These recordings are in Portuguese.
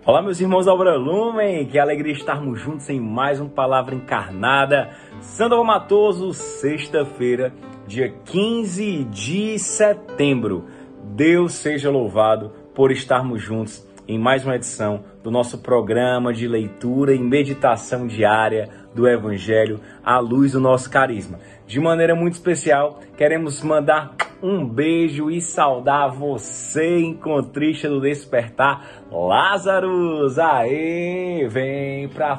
Olá, meus irmãos da Obra Lumen, que alegria estarmos juntos em mais uma Palavra Encarnada. Santo Matoso, sexta-feira, dia 15 de setembro. Deus seja louvado por estarmos juntos em mais uma edição do nosso programa de leitura e meditação diária do Evangelho à luz do nosso carisma. De maneira muito especial, queremos mandar um beijo e saudar você, encontrista do despertar, Lázaro. Aê, vem pra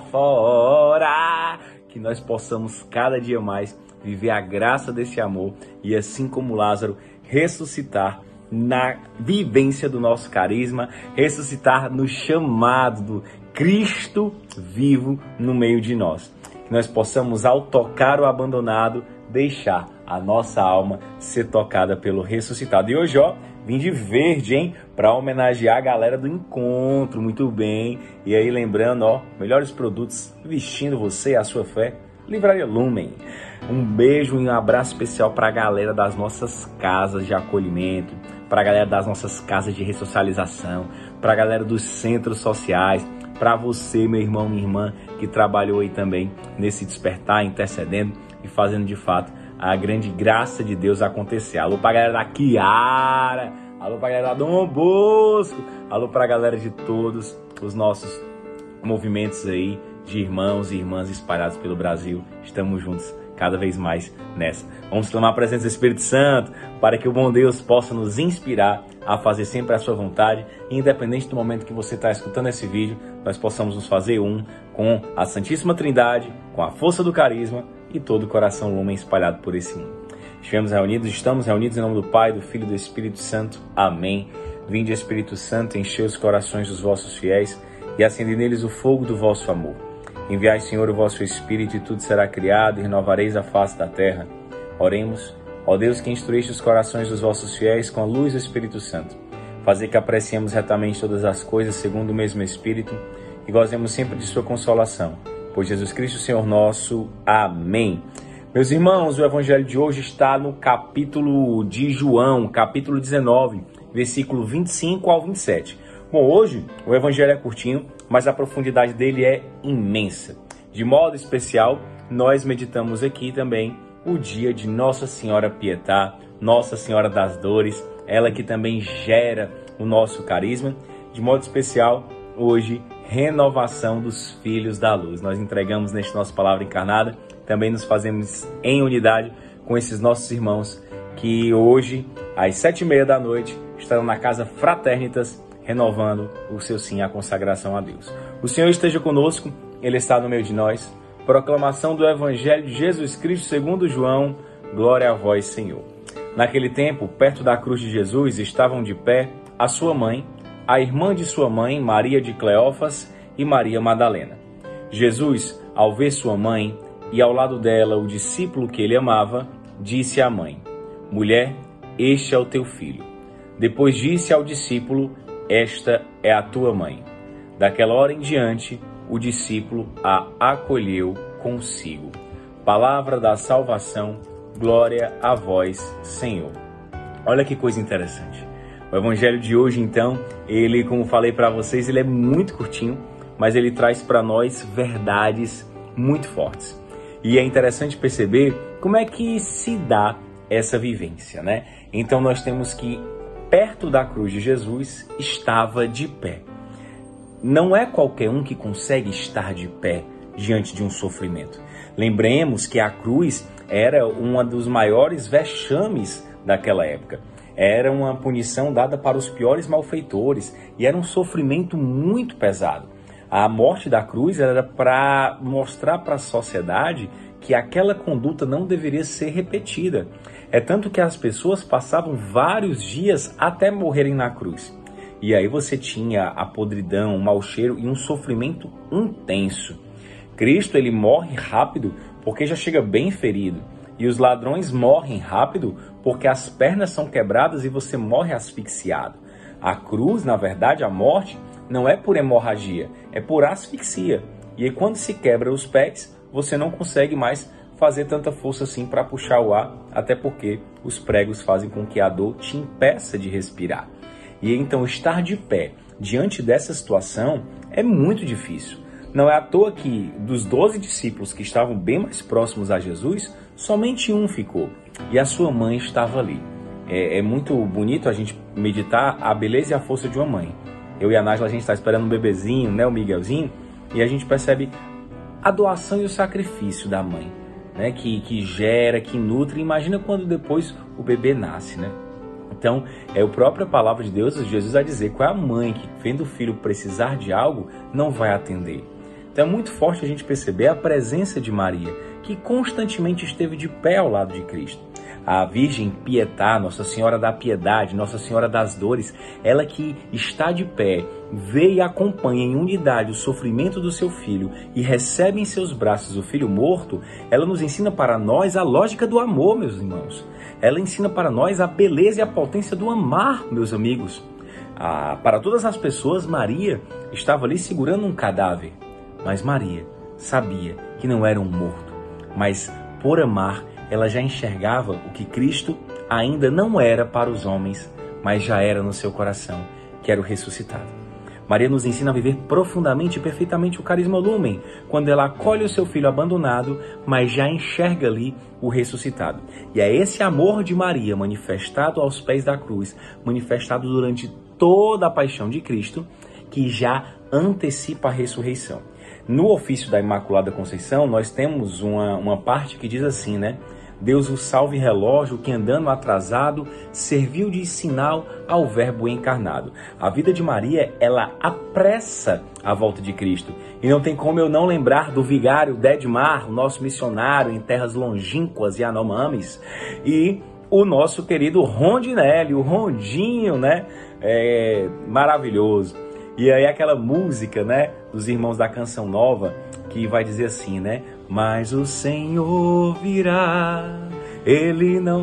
fora! Que nós possamos cada dia mais viver a graça desse amor e, assim como Lázaro, ressuscitar na vivência do nosso carisma, ressuscitar no chamado do Cristo vivo no meio de nós. Que nós possamos, ao tocar o abandonado, deixar a nossa alma ser tocada pelo ressuscitado. E hoje, vim de verde, hein? Para homenagear a galera do encontro, muito bem. E aí, lembrando, melhores produtos vestindo você e a sua fé, Livraria Lumen. Um beijo e um abraço especial para a galera das nossas casas de acolhimento, para a galera das nossas casas de ressocialização, para a galera dos centros sociais, para você, meu irmão, minha irmã, que trabalhou aí também nesse despertar, intercedendo e fazendo de fato a grande graça de Deus acontecer. Alô pra galera da Kiara, alô pra galera da Dom Bosco, alô pra galera de todos os nossos movimentos aí de irmãos e irmãs espalhados pelo Brasil. Estamos juntos cada vez mais nessa. Vamos clamar a presença do Espírito Santo para que o bom Deus possa nos inspirar a fazer sempre a sua vontade, e independente do momento que você está escutando esse vídeo, nós possamos nos fazer um com a Santíssima Trindade, com a força do carisma e todo o coração lumen espalhado por esse mundo. Estamos reunidos em nome do Pai, do Filho e do Espírito Santo. Amém. Vinde, Espírito Santo, enchei os corações dos vossos fiéis e acendei neles o fogo do vosso amor. Enviai, Senhor, o vosso Espírito, e tudo será criado, e renovareis a face da terra. Oremos. Ó Deus, que instruíste os corações dos vossos fiéis com a luz do Espírito Santo, fazer que apreciemos retamente todas as coisas segundo o mesmo Espírito e gozemos sempre de sua consolação. Por Jesus Cristo, Senhor nosso. Amém. Meus irmãos, o Evangelho de hoje está no capítulo de João, capítulo 19, versículo 25 ao 27. Bom, hoje o Evangelho é curtinho, mas a profundidade dele é imensa. De modo especial, nós meditamos aqui também o dia de Nossa Senhora Pietá, Nossa Senhora das Dores, ela que também gera o nosso carisma. De modo especial, hoje, renovação dos filhos da luz. Nós entregamos neste nosso Palavra Encarnada, também nos fazemos em unidade com esses nossos irmãos que hoje, às 7h30 da noite, estarão na Casa Fraternitas, renovando o seu sim à consagração a Deus. O Senhor esteja conosco, Ele está no meio de nós. Proclamação do Evangelho de Jesus Cristo segundo João. Glória a vós, Senhor. Naquele tempo, perto da cruz de Jesus, estavam de pé a sua mãe, a irmã de sua mãe, Maria de Cleófas, e Maria Madalena. Jesus, ao ver sua mãe e ao lado dela o discípulo que ele amava, disse à mãe: Mulher, este é o teu filho. Depois disse ao discípulo: Esta é a tua mãe. Daquela hora em diante, o discípulo a acolheu consigo. Palavra da salvação, glória a vós, Senhor. Olha que coisa interessante. O Evangelho de hoje, então, ele, como falei para vocês, ele é muito curtinho, mas ele traz para nós verdades muito fortes. E é interessante perceber como é que se dá essa vivência, né? Então nós temos que, perto da cruz de Jesus, estava de pé. Não é qualquer um que consegue estar de pé diante de um sofrimento. Lembremos que a cruz era um dos maiores vexames daquela época. Era uma punição dada para os piores malfeitores e era um sofrimento muito pesado. A morte da cruz era para mostrar para a sociedade que aquela conduta não deveria ser repetida. É tanto que as pessoas passavam vários dias até morrerem na cruz. E aí você tinha a podridão, o mau cheiro e um sofrimento intenso. Cristo, ele morre rápido porque já chega bem ferido. E os ladrões morrem rápido porque as pernas são quebradas e você morre asfixiado. A cruz, na verdade, a morte, não é por hemorragia, é por asfixia. E aí quando se quebra os pés, você não consegue mais fazer tanta força assim para puxar o ar, até porque os pregos fazem com que a dor te impeça de respirar. E então estar de pé diante dessa situação É muito difícil. Não é à toa que dos 12 discípulos que estavam bem mais próximos a Jesus, somente um ficou. E a sua mãe estava ali. É muito bonito a gente meditar a beleza e a força de uma mãe. Eu e a Nájila, a gente está esperando um bebezinho, né, o Miguelzinho, e a gente percebe a doação e o sacrifício da mãe, né, que gera, que nutre. Imagina quando depois o bebê nasce, né? Então, é a própria palavra de Deus, Jesus vai dizer qual é a mãe que, vendo o filho precisar de algo, não vai atender. Então, é muito forte a gente perceber a presença de Maria, que constantemente esteve de pé ao lado de Cristo. A Virgem Pietá, Nossa Senhora da Piedade, Nossa Senhora das Dores, ela que está de pé, vê e acompanha em unidade o sofrimento do seu filho e recebe em seus braços o filho morto, ela nos ensina para nós a lógica do amor, meus irmãos. Ela ensina para nós a beleza e a potência do amar, meus amigos. Para todas as pessoas, Maria estava ali segurando um cadáver. Mas Maria sabia que não era um morto. Mas, por amar, ela já enxergava o que Cristo ainda não era para os homens, mas já era no seu coração, que era o ressuscitado. Maria nos ensina a viver profundamente e perfeitamente o carisma lumen, quando ela acolhe o seu filho abandonado, mas já enxerga ali o ressuscitado. E é esse amor de Maria, manifestado aos pés da cruz, manifestado durante toda a paixão de Cristo, que já antecipa a ressurreição. No ofício da Imaculada Conceição, nós temos uma parte que diz assim, né? Deus o salve relógio que andando atrasado serviu de sinal ao verbo encarnado. A vida de Maria, ela apressa a volta de Cristo. E não tem como eu não lembrar do vigário Dedmar, o nosso missionário em terras longínquas e anomames, e o nosso querido Rondinelli, o Rondinho, né? Maravilhoso. E aí aquela música, né, dos Irmãos da Canção Nova, que vai dizer assim, né? Mas o Senhor virá, Ele não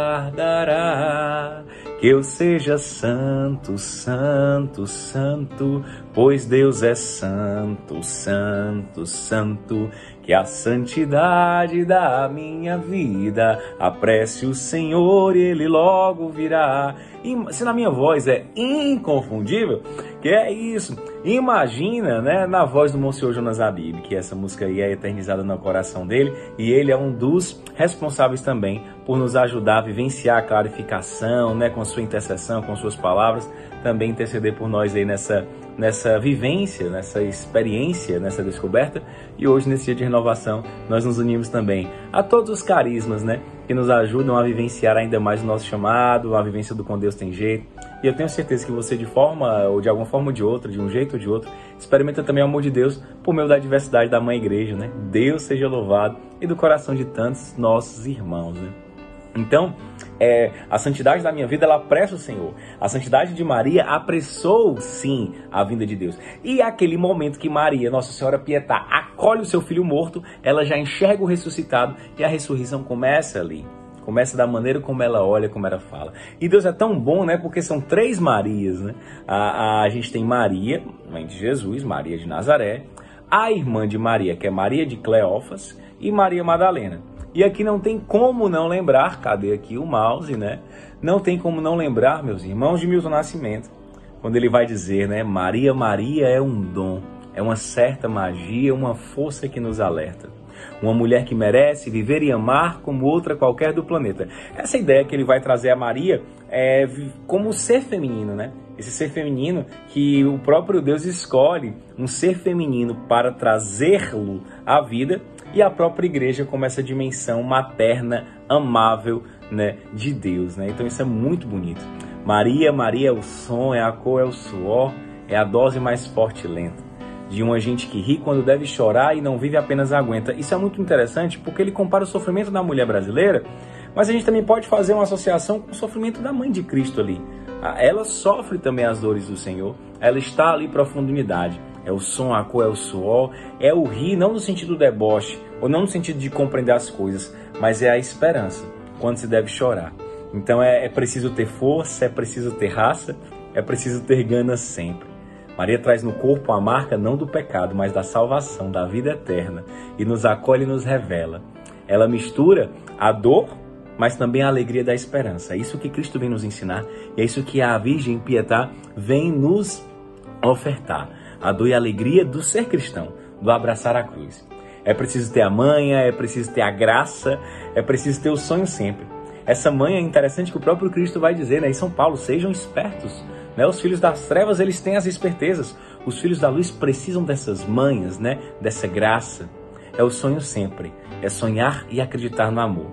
tardará, que eu seja santo, santo, santo, pois Deus é santo, santo, santo, que a santidade da minha vida apresse o Senhor e Ele logo virá. E se na minha voz é inconfundível, que é isso? Imagina, né, na voz do Monsenhor Jonas Habib, que essa música aí é eternizada no coração dele, e ele é um dos responsáveis também por nos ajudar a vivenciar a clarificação, né, com sua intercessão, com suas palavras, também interceder por nós aí nessa vivência, nessa experiência, nessa descoberta. E hoje, nesse dia de renovação, nós nos unimos também a todos os carismas, né, que nos ajudam a vivenciar ainda mais o nosso chamado, a vivência do Com Deus Tem Jeito. E eu tenho certeza que você, de forma ou de alguma forma ou de outra, de um jeito ou de outro, experimenta também o amor de Deus por meio da diversidade da Mãe Igreja, né? Deus seja louvado, e do coração de tantos nossos irmãos, né? Então, a santidade da minha vida, ela apressa o Senhor. A santidade de Maria apressou, sim, a vinda de Deus. E aquele momento que Maria, Nossa Senhora Pietá, acolhe o seu filho morto, ela já enxerga o ressuscitado, e a ressurreição começa ali. Começa da maneira como ela olha, como ela fala. E Deus é tão bom, né? Porque são 3 Marias, né? A gente tem Maria, mãe de Jesus, Maria de Nazaré, a irmã de Maria, que é Maria de Cleófas, e Maria Madalena. E aqui não tem como não lembrar, cadê aqui o mouse, né? Não tem como não lembrar, meus irmãos, de Milton Nascimento, quando ele vai dizer, né? Maria, Maria é um dom, é uma certa magia, uma força que nos alerta. Uma mulher que merece viver e amar como outra qualquer do planeta. Essa ideia que ele vai trazer a Maria é como ser feminino, né? Esse ser feminino que o próprio Deus escolhe, um ser feminino para trazê-lo à vida, e a própria igreja como essa dimensão materna, amável, né, de Deus, né? Então isso é muito bonito. Maria, Maria é o som, é a cor, é o suor, é a dose mais forte e lenta de uma gente que ri quando deve chorar e não vive, apenas aguenta. Isso é muito interessante porque ele compara o sofrimento da mulher brasileira, mas a gente também pode fazer uma associação com o sofrimento da mãe de Cristo ali. Ela sofre também as dores do Senhor, ela está ali para a profundidade. É o som, a cor, é o suor, é o rir, não no sentido do deboche, ou não no sentido de compreender as coisas, mas é a esperança, quando se deve chorar. Então é preciso ter força, é preciso ter raça, é preciso ter gana sempre. Maria traz no corpo a marca não do pecado, mas da salvação, da vida eterna, e nos acolhe e nos revela. Ela mistura a dor, mas também a alegria da esperança. É isso que Cristo vem nos ensinar, e é isso que a Virgem Pietá vem nos ofertar. a dor e a alegria do ser cristão, do abraçar a cruz. É preciso ter a manha, é preciso ter a graça, é preciso ter o sonho sempre. Essa manha é interessante que o próprio Cristo vai dizer, né? Em São Paulo, sejam espertos. Né? Os filhos das trevas, eles têm as espertezas. Os filhos da luz precisam dessas manhas, né? Dessa graça. É o sonho sempre. É sonhar e acreditar no amor.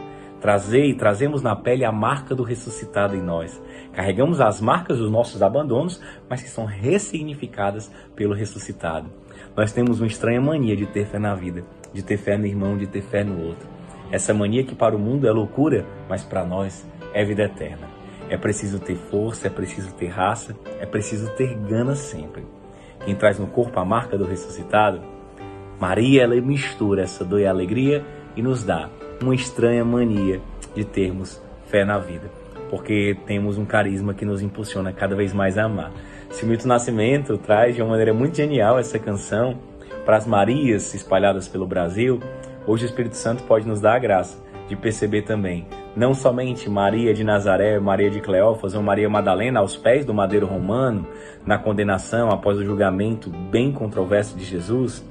Trazemos na pele a marca do ressuscitado em nós. Carregamos as marcas dos nossos abandonos, mas que são ressignificadas pelo ressuscitado. Nós temos uma estranha mania de ter fé na vida, de ter fé no irmão, de ter fé no outro. Essa mania que para o mundo é loucura, mas para nós é vida eterna. É preciso ter força, é preciso ter raça, é preciso ter gana sempre. Quem traz no corpo a marca do ressuscitado, Maria, ela mistura essa dor e alegria e nos dá uma estranha mania de termos fé na vida, porque temos um carisma que nos impulsiona cada vez mais a amar. Milton Nascimento traz de uma maneira muito genial essa canção para as Marias espalhadas pelo Brasil. Hoje o Espírito Santo pode nos dar a graça de perceber também, não somente Maria de Nazaré, Maria de Cleófas ou Maria Madalena aos pés do madeiro romano, na condenação após o julgamento bem controverso de Jesus,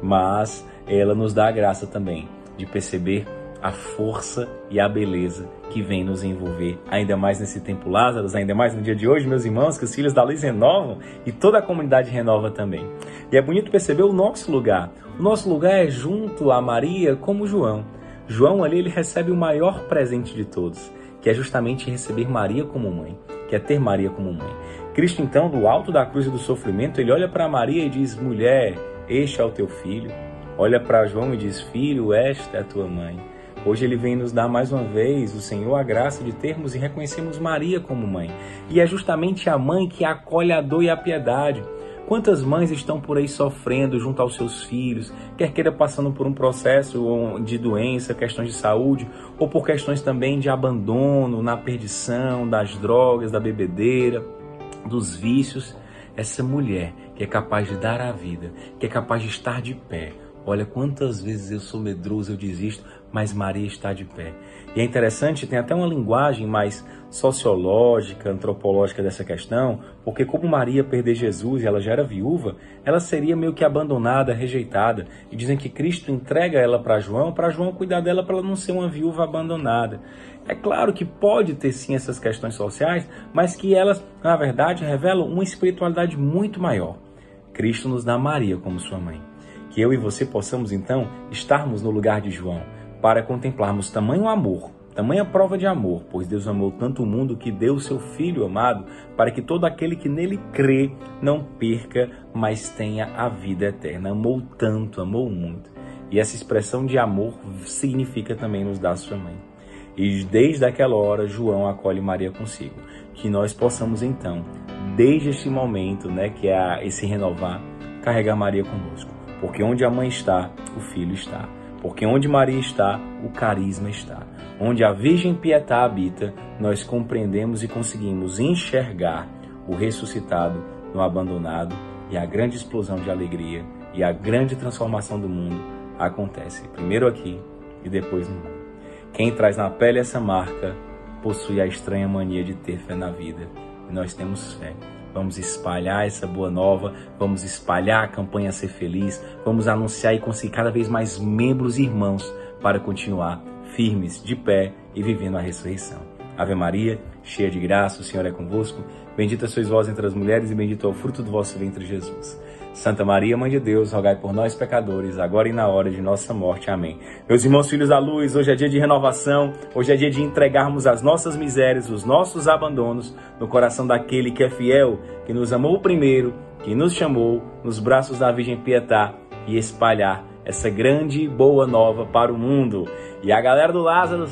mas ela nos dá a graça também de perceber a força e a beleza que vem nos envolver, ainda mais nesse tempo Lázaro, ainda mais no dia de hoje, meus irmãos, que os filhos da luz renovam e toda a comunidade renova também. E é bonito perceber o nosso lugar. O nosso lugar é junto a Maria como João. João ali, ele recebe o maior presente de todos, que é justamente receber Maria como mãe, que é ter Maria como mãe. Cristo, então, do alto da cruz e do sofrimento, ele olha para Maria e diz: mulher, este é o teu filho. Olha para João e diz: filho, esta é a tua mãe. Hoje ele vem nos dar mais uma vez, o Senhor, a graça de termos e reconhecermos Maria como mãe. E é justamente a mãe que acolhe a dor e a piedade. Quantas mães estão por aí sofrendo junto aos seus filhos, quer queira passando por um processo de doença, questões de saúde, ou por questões também de abandono, na perdição, das drogas, da bebedeira, dos vícios. Essa mulher que é capaz de dar a vida, que é capaz de estar de pé. Olha quantas vezes eu sou medroso, eu desisto, mas Maria está de pé. E é interessante, tem até uma linguagem mais sociológica, antropológica dessa questão, porque como Maria perder Jesus e ela já era viúva, ela seria meio que abandonada, rejeitada. E dizem que Cristo entrega ela para João cuidar dela para ela não ser uma viúva abandonada. É claro que pode ter sim essas questões sociais, mas que elas, na verdade, revelam uma espiritualidade muito maior. Cristo nos dá Maria como sua mãe. Que eu e você possamos, então, estarmos no lugar de João, para contemplarmos tamanho amor, tamanha prova de amor, pois Deus amou tanto o mundo que deu o seu Filho amado, para que todo aquele que nele crê não perca, mas tenha a vida eterna. Amou tanto, amou muito. E essa expressão de amor significa também nos dar sua mãe. E desde aquela hora, João acolhe Maria consigo. Que nós possamos, então, desde este momento, né, que é esse renovar, carregar Maria conosco. Porque onde a mãe está, o filho está. Porque onde Maria está, o carisma está. Onde a Virgem Pietá habita, nós compreendemos e conseguimos enxergar o ressuscitado no abandonado, e a grande explosão de alegria e a grande transformação do mundo acontece primeiro aqui e depois no mundo. Quem traz na pele essa marca possui a estranha mania de ter fé na vida. E nós temos fé. Vamos espalhar essa boa nova, vamos espalhar a campanha Ser Feliz, vamos anunciar e conseguir cada vez mais membros e irmãos para continuar firmes, de pé e vivendo a ressurreição. Ave Maria, cheia de graça, o Senhor é convosco. Bendita sois vós entre as mulheres e bendito é o fruto do vosso ventre, Jesus. Santa Maria, Mãe de Deus, rogai por nós, pecadores, agora e na hora de nossa morte. Amém. Meus irmãos, filhos da luz, hoje é dia de renovação, hoje é dia de entregarmos as nossas misérias, os nossos abandonos, no coração daquele que é fiel, que nos amou primeiro, que nos chamou nos braços da Virgem Pietá, e espalhar essa grande e boa nova para o mundo. E a galera do Lázaro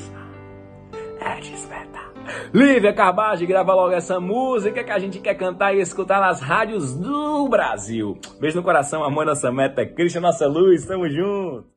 é despertar. Lívia Carbage, grava logo essa música que a gente quer cantar e escutar nas rádios do Brasil. Beijo no coração, amor, nossa meta é Cristo, nossa luz, tamo junto.